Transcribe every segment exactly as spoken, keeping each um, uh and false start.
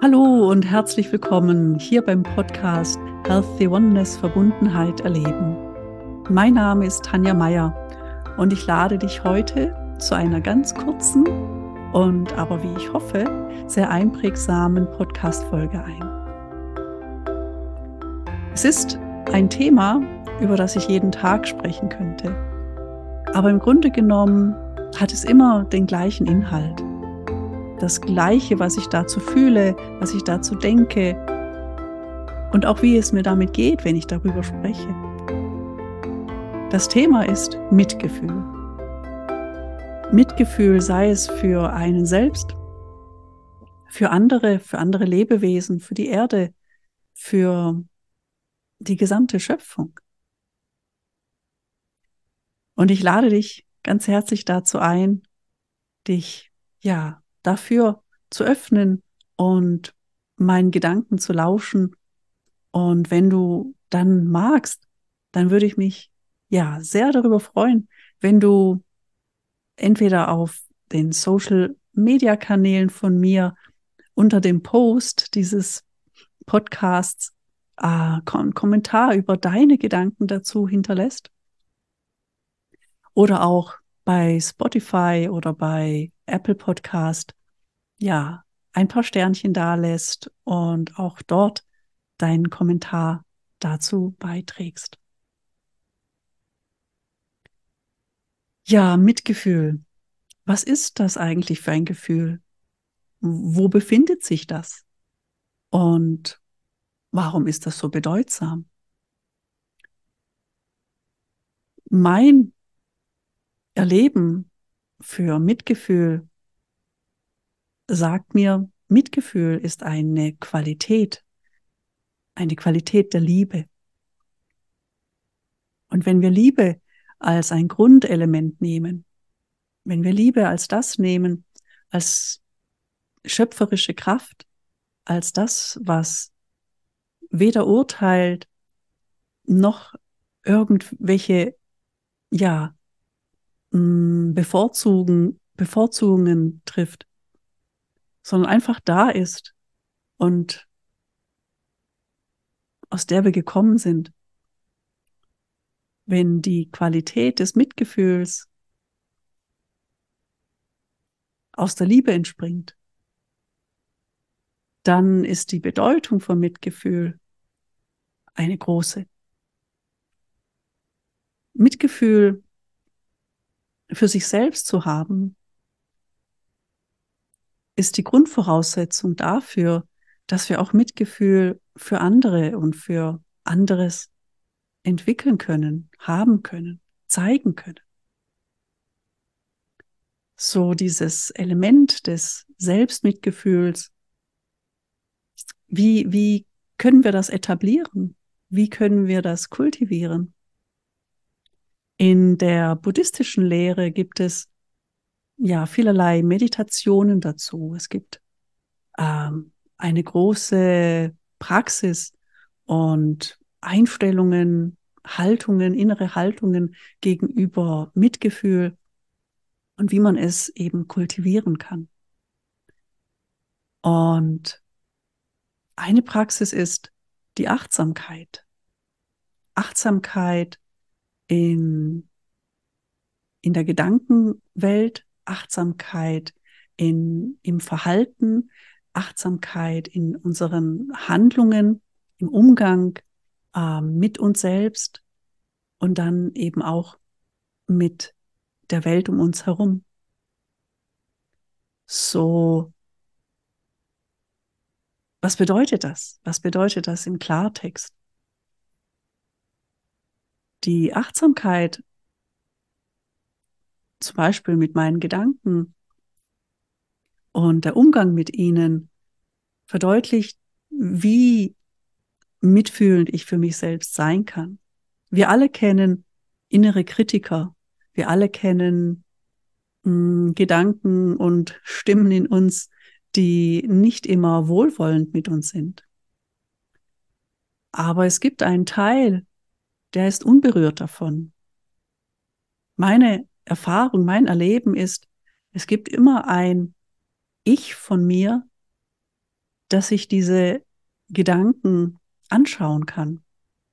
Hallo und herzlich willkommen hier beim Podcast Healthy Oneness Verbundenheit erleben. Mein Name ist Tanja Meyer und ich lade dich heute zu einer ganz kurzen und aber, wie ich hoffe, sehr einprägsamen Podcast-Folge ein. Es ist ein Thema, über das ich jeden Tag sprechen könnte, aber im Grunde genommen hat es immer den gleichen Inhalt. Das Gleiche, was ich dazu fühle, was ich dazu denke und auch wie es mir damit geht, wenn ich darüber spreche. Das Thema ist Mitgefühl. Mitgefühl, sei es für einen selbst, für andere, für andere Lebewesen, für die Erde, für die gesamte Schöpfung. Und ich lade dich ganz herzlich dazu ein, dich ja dafür zu öffnen und meinen Gedanken zu lauschen. Und wenn du dann magst, dann würde ich mich ja sehr darüber freuen, wenn du entweder auf den Social-Media-Kanälen von mir unter dem Post dieses Podcasts äh, einen Kommentar über deine Gedanken dazu hinterlässt oder auch bei Spotify oder bei Apple Podcast ja ein paar Sternchen da lässt und auch dort deinen Kommentar dazu beiträgst. Ja, Mitgefühl. Was ist das eigentlich für ein Gefühl? Wo befindet sich das? Und warum ist das so bedeutsam? Mein Erleben für Mitgefühl sagt mir, Mitgefühl ist eine Qualität, eine Qualität der Liebe. Und wenn wir Liebe als ein Grundelement nehmen, wenn wir Liebe als das nehmen, als schöpferische Kraft, als das, was weder urteilt, noch irgendwelche, ja, mh, bevorzugen, Bevorzugungen trifft, sondern einfach da ist und aus der wir gekommen sind. Wenn die Qualität des Mitgefühls aus der Liebe entspringt, dann ist die Bedeutung von Mitgefühl eine große. Mitgefühl für sich selbst zu haben, ist die Grundvoraussetzung dafür, dass wir auch Mitgefühl für andere und für anderes entwickeln können, haben können, zeigen können. So dieses Element des Selbstmitgefühls, wie, wie können wir das etablieren? Wie können wir das kultivieren? In der buddhistischen Lehre gibt es ja vielerlei Meditationen dazu. Es gibt ähm, eine große Praxis und Einstellungen, Haltungen, innere Haltungen gegenüber Mitgefühl und wie man es eben kultivieren kann. Und eine Praxis ist die Achtsamkeit. Achtsamkeit in, in der Gedankenwelt, Achtsamkeit in, im Verhalten, Achtsamkeit in unseren Handlungen, im Umgang äh, mit uns selbst und dann eben auch mit der Welt um uns herum. So, was bedeutet das? Was bedeutet das im Klartext? Die Achtsamkeit, zum Beispiel mit meinen Gedanken und der Umgang mit ihnen, verdeutlicht, wie mitfühlend ich für mich selbst sein kann. Wir alle kennen innere Kritiker. Wir alle kennen mh, Gedanken und Stimmen in uns, die nicht immer wohlwollend mit uns sind. Aber es gibt einen Teil, der ist unberührt davon. Meine Erfahrung, mein Erleben ist, es gibt immer ein Ich von mir, dass ich diese Gedanken anschauen kann.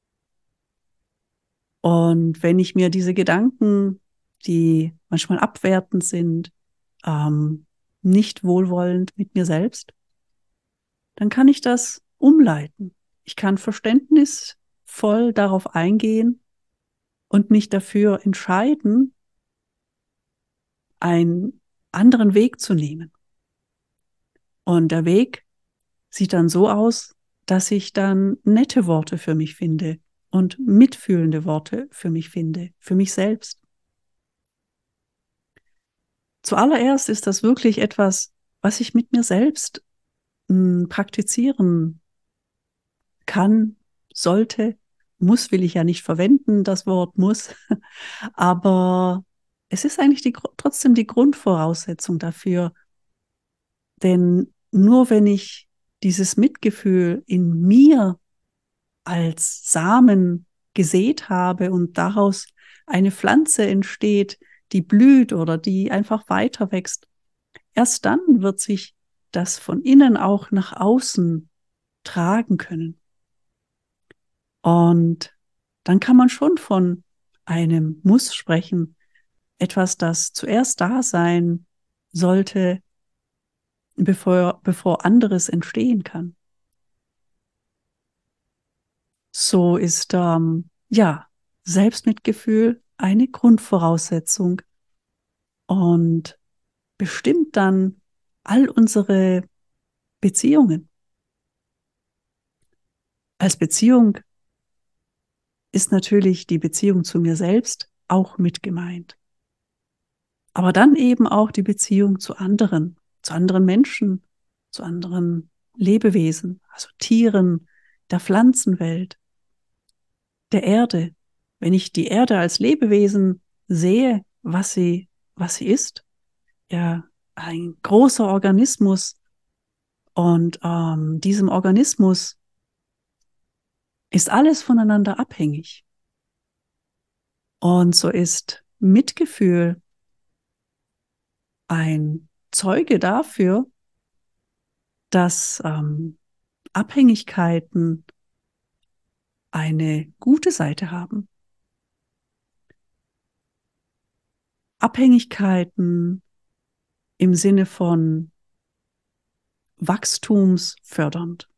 Und wenn ich mir diese Gedanken, die manchmal abwertend sind, ähm, nicht wohlwollend mit mir selbst, dann kann ich das umleiten. Ich kann verständnisvoll darauf eingehen und mich dafür entscheiden, einen anderen Weg zu nehmen. Und der Weg sieht dann so aus, dass ich dann nette Worte für mich finde und mitfühlende Worte für mich finde, für mich selbst. Zuallererst ist das wirklich etwas, was ich mit mir selbst mh, praktizieren kann, sollte. Muss will ich ja nicht verwenden, das Wort muss. Aber es ist eigentlich die, trotzdem die Grundvoraussetzung dafür. Denn nur wenn ich dieses Mitgefühl in mir als Samen gesät habe und daraus eine Pflanze entsteht, die blüht oder die einfach weiter wächst, erst dann wird sich das von innen auch nach außen tragen können. Und dann kann man schon von einem Muss sprechen, etwas, das zuerst da sein sollte, bevor, bevor anderes entstehen kann. So ist ähm, ja Selbstmitgefühl eine Grundvoraussetzung und bestimmt dann all unsere Beziehungen. Als Beziehung ist natürlich die Beziehung zu mir selbst auch mit gemeint. Aber dann eben auch die Beziehung zu anderen, zu anderen Menschen, zu anderen Lebewesen, also Tieren, der Pflanzenwelt, der Erde. Wenn ich die Erde als Lebewesen sehe, was sie, was sie ist, ja, ein großer Organismus, und ähm, diesem Organismus ist alles voneinander abhängig. Und so ist Mitgefühl ein Zeuge dafür, dass ähm, Abhängigkeiten eine gute Seite haben. Abhängigkeiten im Sinne von wachstumsfördernd.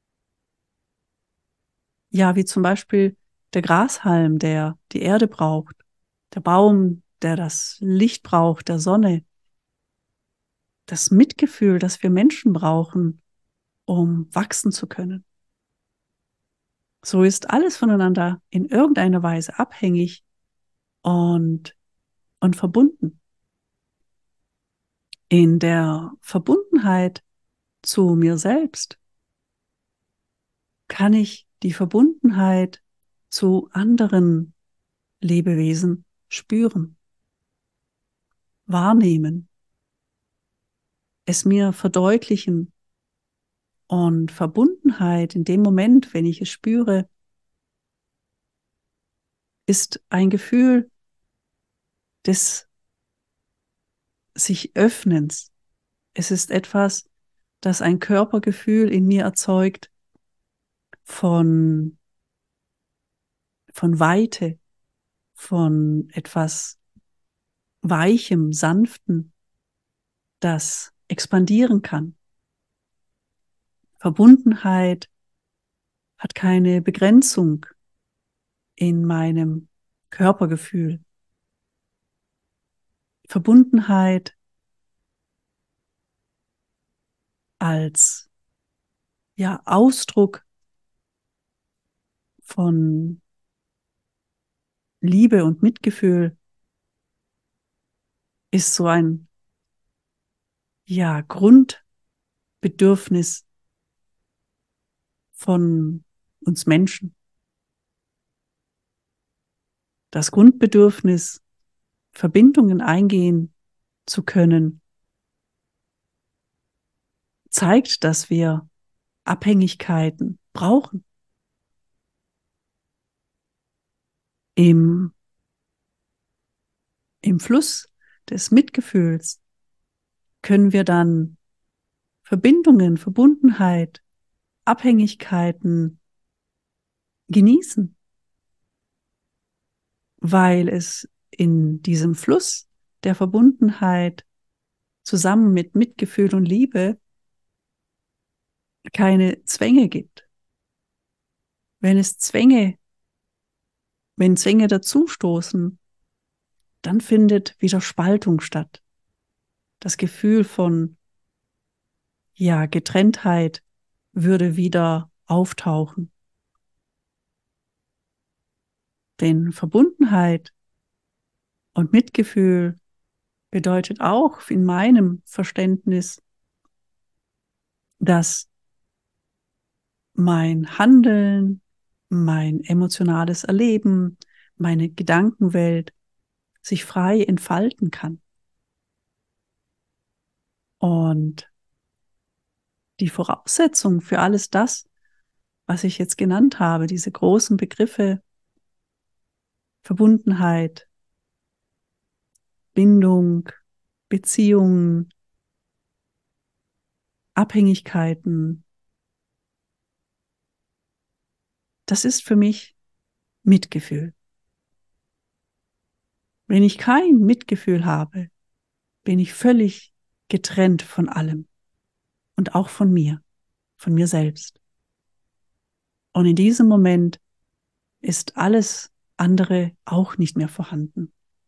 Ja, wie zum Beispiel der Grashalm, der die Erde braucht, der Baum, der das Licht braucht, der Sonne, das Mitgefühl, das wir Menschen brauchen, um wachsen zu können. So ist alles voneinander in irgendeiner Weise abhängig und, und verbunden. In der Verbundenheit zu mir selbst kann ich die Verbundenheit zu anderen Lebewesen spüren, wahrnehmen, es mir verdeutlichen. Und Verbundenheit in dem Moment, wenn ich es spüre, ist ein Gefühl des sich Öffnens. Es ist etwas, das ein Körpergefühl in mir erzeugt von, von Weite, von etwas Weichem, Sanftem, das expandieren kann. Verbundenheit hat keine Begrenzung in meinem Körpergefühl. Verbundenheit als ja, Ausdruck von Liebe und Mitgefühl ist so ein ja, Grundbedürfnis von uns Menschen. Das Grundbedürfnis, Verbindungen eingehen zu können, zeigt, dass wir Abhängigkeiten brauchen. Im, im Fluss des Mitgefühls können wir dann Verbindungen, Verbundenheit, Abhängigkeiten genießen, weil es in diesem Fluss der Verbundenheit zusammen mit Mitgefühl und Liebe keine Zwänge gibt. Wenn es Zwänge, wenn Zwänge dazustoßen, dann findet wieder Spaltung statt. Das Gefühl von, ja, Getrenntheit würde wieder auftauchen. Denn Verbundenheit und Mitgefühl bedeutet auch in meinem Verständnis, dass mein Handeln, mein emotionales Erleben, meine Gedankenwelt sich frei entfalten kann. Und die Voraussetzung für alles das, was ich jetzt genannt habe, diese großen Begriffe, Verbundenheit, Bindung, Beziehungen, Abhängigkeiten, das ist für mich Mitgefühl. Wenn ich kein Mitgefühl habe, bin ich völlig getrennt von allem und auch von mir, von mir selbst. Und in diesem Moment ist alles andere auch nicht mehr vorhanden.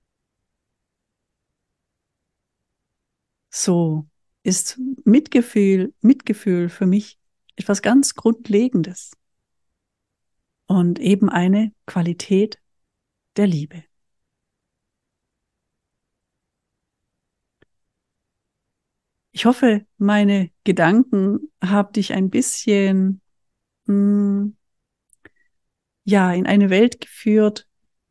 So ist Mitgefühl, Mitgefühl für mich etwas ganz Grundlegendes und eben eine Qualität der Liebe. Ich hoffe, meine Gedanken haben dich ein bisschen mh, ja, in eine Welt geführt,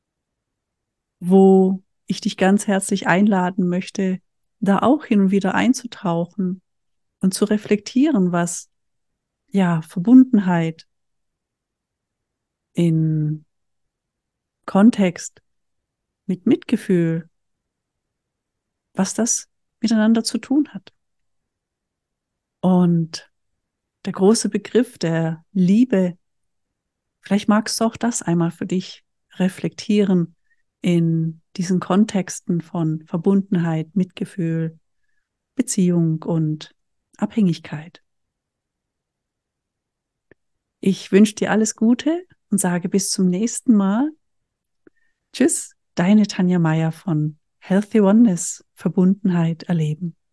wo ich dich ganz herzlich einladen möchte, da auch hin und wieder einzutauchen und zu reflektieren, was ja Verbundenheit in Kontext mit Mitgefühl, was das miteinander zu tun hat. Und der große Begriff der Liebe, vielleicht magst du auch das einmal für dich reflektieren in diesen Kontexten von Verbundenheit, Mitgefühl, Beziehung und Abhängigkeit. Ich wünsche dir alles Gute und sage bis zum nächsten Mal. Tschüss, deine Tanja Meier von Healthy Oneness, Verbundenheit erleben.